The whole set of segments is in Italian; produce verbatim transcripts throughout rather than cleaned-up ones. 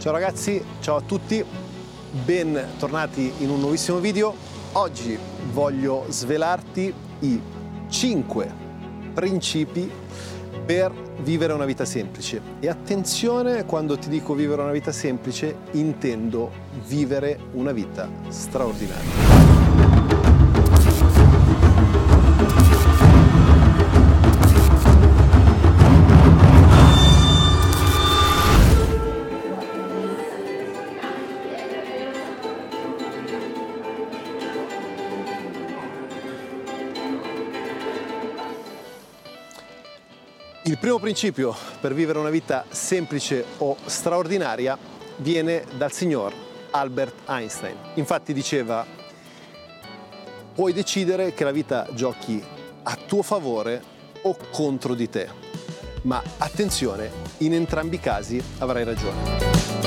Ciao ragazzi, ciao a tutti, bentornati in un nuovissimo video. Oggi voglio svelarti i cinque principi per vivere una vita semplice. E attenzione, quando ti dico vivere una vita semplice, intendo vivere una vita straordinaria. Il primo principio per vivere una vita semplice o straordinaria viene dal signor Albert Einstein. Infatti diceva: puoi decidere che la vita giochi a tuo favore o contro di te, ma attenzione, in entrambi i casi avrai ragione.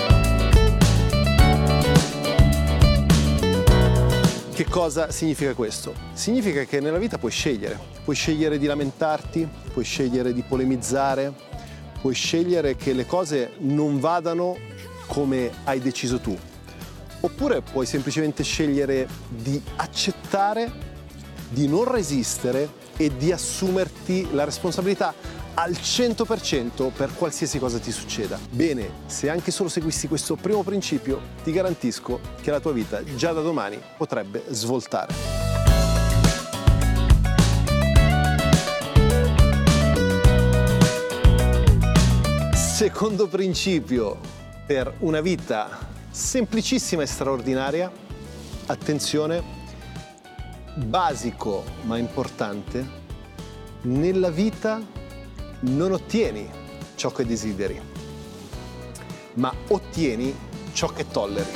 Che cosa significa questo? Significa che nella vita puoi scegliere, puoi scegliere di lamentarti, puoi scegliere di polemizzare, puoi scegliere che le cose non vadano come hai deciso tu, oppure puoi semplicemente scegliere di accettare, di non resistere e di assumerti la responsabilità al cento per cento per qualsiasi cosa ti succeda. Bene, se anche solo seguissi questo primo principio, ti garantisco che la tua vita già da domani potrebbe svoltare. Secondo principio per una vita semplicissima e straordinaria, attenzione, basico ma importante, nella vita non ottieni ciò che desideri, ma ottieni ciò che tolleri.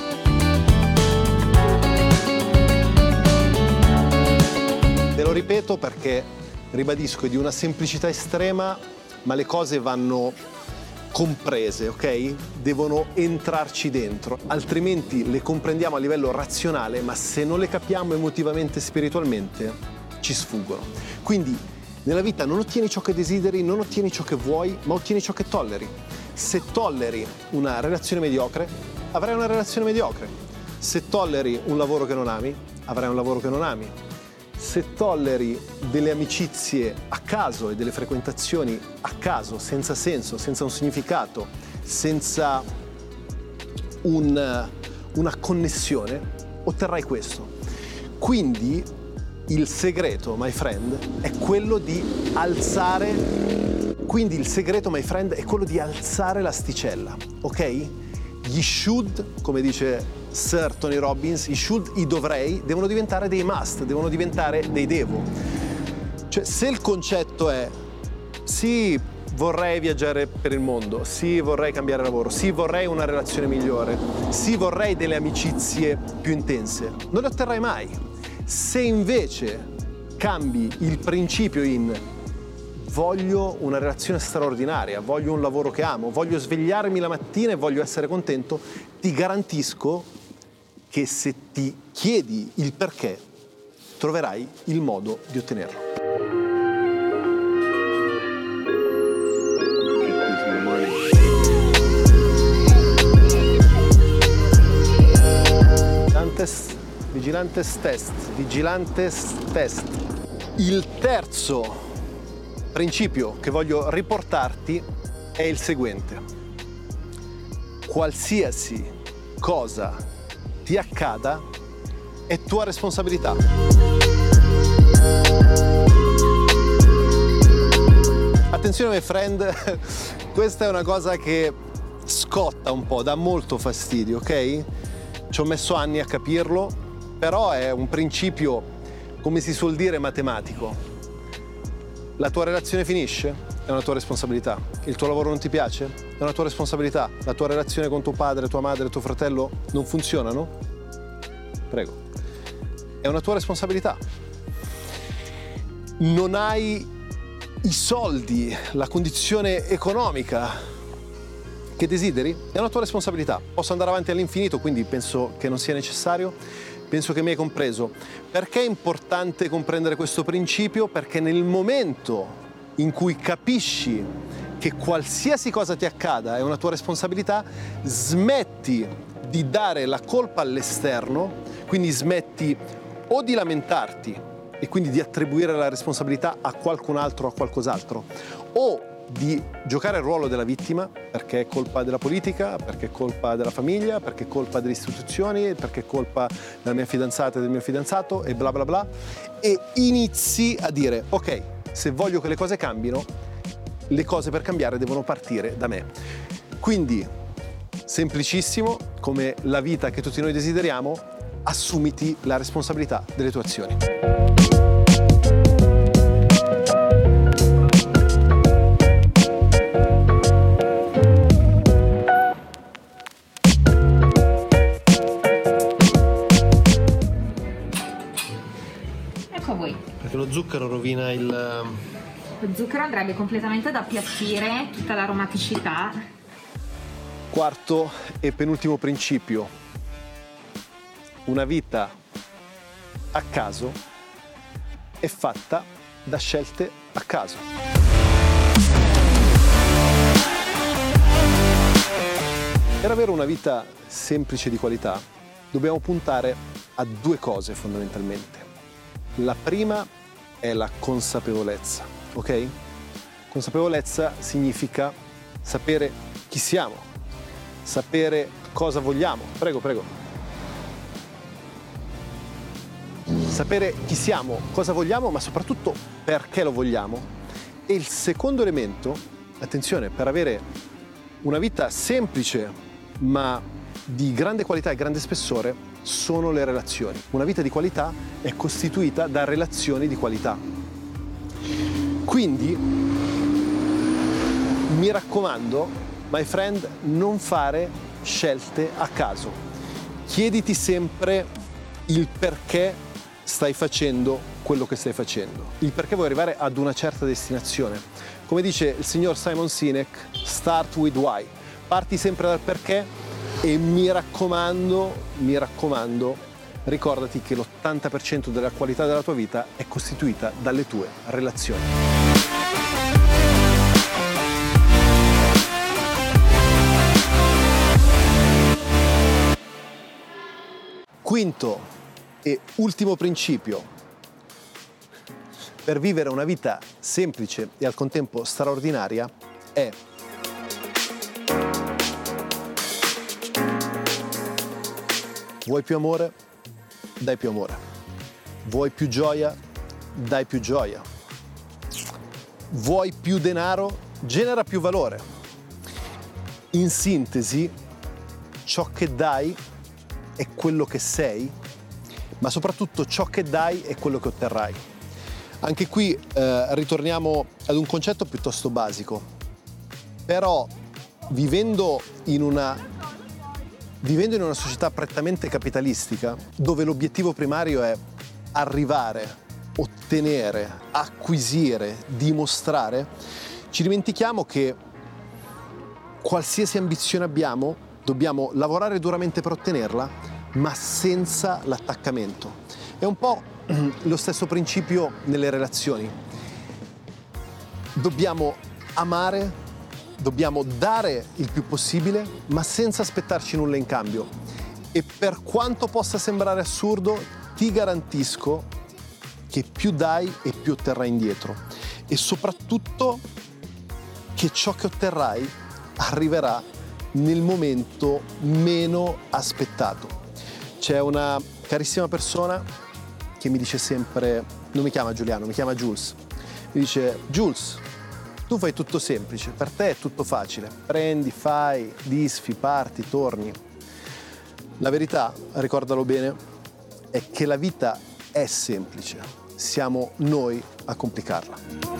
Te lo ripeto perché, ribadisco, è di una semplicità estrema, ma le cose vanno comprese, ok? Devono entrarci dentro, altrimenti le comprendiamo a livello razionale, ma se non le capiamo emotivamente e spiritualmente ci sfuggono. Quindi nella vita non ottieni ciò che desideri, non ottieni ciò che vuoi, ma ottieni ciò che tolleri. Se tolleri una relazione mediocre, avrai una relazione mediocre. Se tolleri un lavoro che non ami, avrai un lavoro che non ami. Se tolleri delle amicizie a caso e delle frequentazioni a caso, senza senso, senza un significato, senza un, una connessione, otterrai questo. Quindi il segreto, my friend, è quello di alzare, quindi il segreto, my friend, è quello di alzare l'asticella, ok? Gli should, come dice Sir Tony Robbins, i should, i dovrei, devono diventare dei must, devono diventare dei devo. Cioè, se il concetto è sì, vorrei viaggiare per il mondo, sì, vorrei cambiare lavoro, sì, vorrei una relazione migliore, sì, vorrei delle amicizie più intense, non le otterrai mai. Se invece cambi il principio in voglio una relazione straordinaria, voglio un lavoro che amo, voglio svegliarmi la mattina e voglio essere contento, ti garantisco che se ti chiedi il perché, troverai il modo di ottenerlo. Dantes Vigilantes test, vigilantes test. Il terzo principio che voglio riportarti è il seguente: qualsiasi cosa ti accada è tua responsabilità. Attenzione, my friend, questa è una cosa che scotta un po', dà molto fastidio, ok? Ci ho messo anni a capirlo, però è un principio, come si suol dire, matematico. La tua relazione finisce? È una tua responsabilità. Il tuo lavoro non ti piace? È una tua responsabilità. La tua relazione con tuo padre, tua madre, tuo fratello non funzionano? Prego. È una tua responsabilità. Non hai i soldi, la condizione economica che desideri? È una tua responsabilità. Posso andare avanti all'infinito, quindi penso che non sia necessario. Penso che mi hai compreso. Perché è importante comprendere questo principio? Perché nel momento in cui capisci che qualsiasi cosa ti accada è una tua responsabilità, smetti di dare la colpa all'esterno, quindi smetti o di lamentarti e quindi di attribuire la responsabilità a qualcun altro o a qualcos'altro, o di giocare il ruolo della vittima, perché è colpa della politica, perché è colpa della famiglia, perché è colpa delle istituzioni, perché è colpa della mia fidanzata e del mio fidanzato e bla bla bla, e inizi a dire ok, se voglio che le cose cambino, le cose per cambiare devono partire da me. Quindi, semplicissimo, come la vita che tutti noi desideriamo, assumiti la responsabilità delle tue azioni. Ecco a voi. Perché lo zucchero rovina il... Lo zucchero andrebbe completamente ad appiattire tutta l'aromaticità. Quarto e penultimo principio. Una vita a caso è fatta da scelte a caso. Per avere una vita semplice di qualità dobbiamo puntare a due cose fondamentalmente. La prima è la consapevolezza, ok? Consapevolezza significa sapere chi siamo, sapere cosa vogliamo. Prego, prego. Sapere chi siamo, cosa vogliamo, ma soprattutto perché lo vogliamo. E il secondo elemento, attenzione, per avere una vita semplice ma di grande qualità e grande spessore, sono le relazioni. Una vita di qualità è costituita da relazioni di qualità. Quindi, mi raccomando, my friend, non fare scelte a caso. Chiediti sempre il perché stai facendo quello che stai facendo, il perché vuoi arrivare ad una certa destinazione. Come dice il signor Simon Sinek, start with why. Parti sempre dal perché e mi raccomando, mi raccomando, ricordati che l'ottanta per cento della qualità della tua vita è costituita dalle tue relazioni. Quinto e ultimo principio. Per vivere una vita semplice e al contempo straordinaria è vuoi più amore? Dai più amore. Vuoi più gioia? Dai più gioia. Vuoi più denaro? Genera più valore. In sintesi, ciò che dai è quello che sei, ma soprattutto ciò che dai è quello che otterrai. Anche qui eh, ritorniamo ad un concetto piuttosto basico, però vivendo in una Vivendo in una società prettamente capitalistica, dove l'obiettivo primario è arrivare, ottenere, acquisire, dimostrare, ci dimentichiamo che qualsiasi ambizione abbiamo, dobbiamo lavorare duramente per ottenerla, ma senza l'attaccamento. È un po' lo stesso principio nelle relazioni. Dobbiamo amare, dobbiamo dare il più possibile, ma senza aspettarci nulla in cambio. E per quanto possa sembrare assurdo, ti garantisco che più dai e più otterrai indietro. E soprattutto che ciò che otterrai arriverà nel momento meno aspettato. C'è una carissima persona che mi dice sempre, non mi chiama Giuliano, mi chiama Jules. Mi dice, Jules, tu fai tutto semplice, per te è tutto facile. Prendi, fai, disfi, parti, torni. La verità, ricordalo bene, è che la vita è semplice. Siamo noi a complicarla.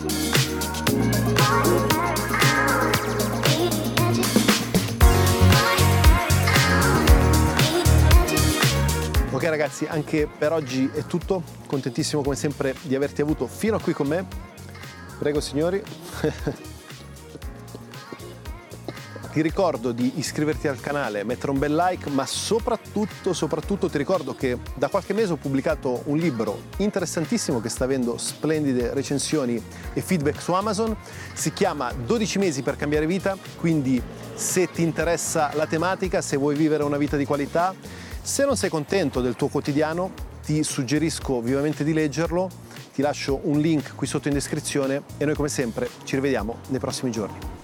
Ok ragazzi, anche per oggi è tutto. Contentissimo come sempre di averti avuto fino a qui con me. Prego signori. Ti ricordo di iscriverti al canale, mettere un bel like, ma soprattutto, soprattutto ti ricordo che da qualche mese ho pubblicato un libro interessantissimo che sta avendo splendide recensioni e feedback su Amazon. Si chiama dodici mesi per cambiare vita, quindi se ti interessa la tematica, se vuoi vivere una vita di qualità, se non sei contento del tuo quotidiano, ti suggerisco vivamente di leggerlo. Ti lascio un link qui sotto in descrizione e noi come sempre ci rivediamo nei prossimi giorni.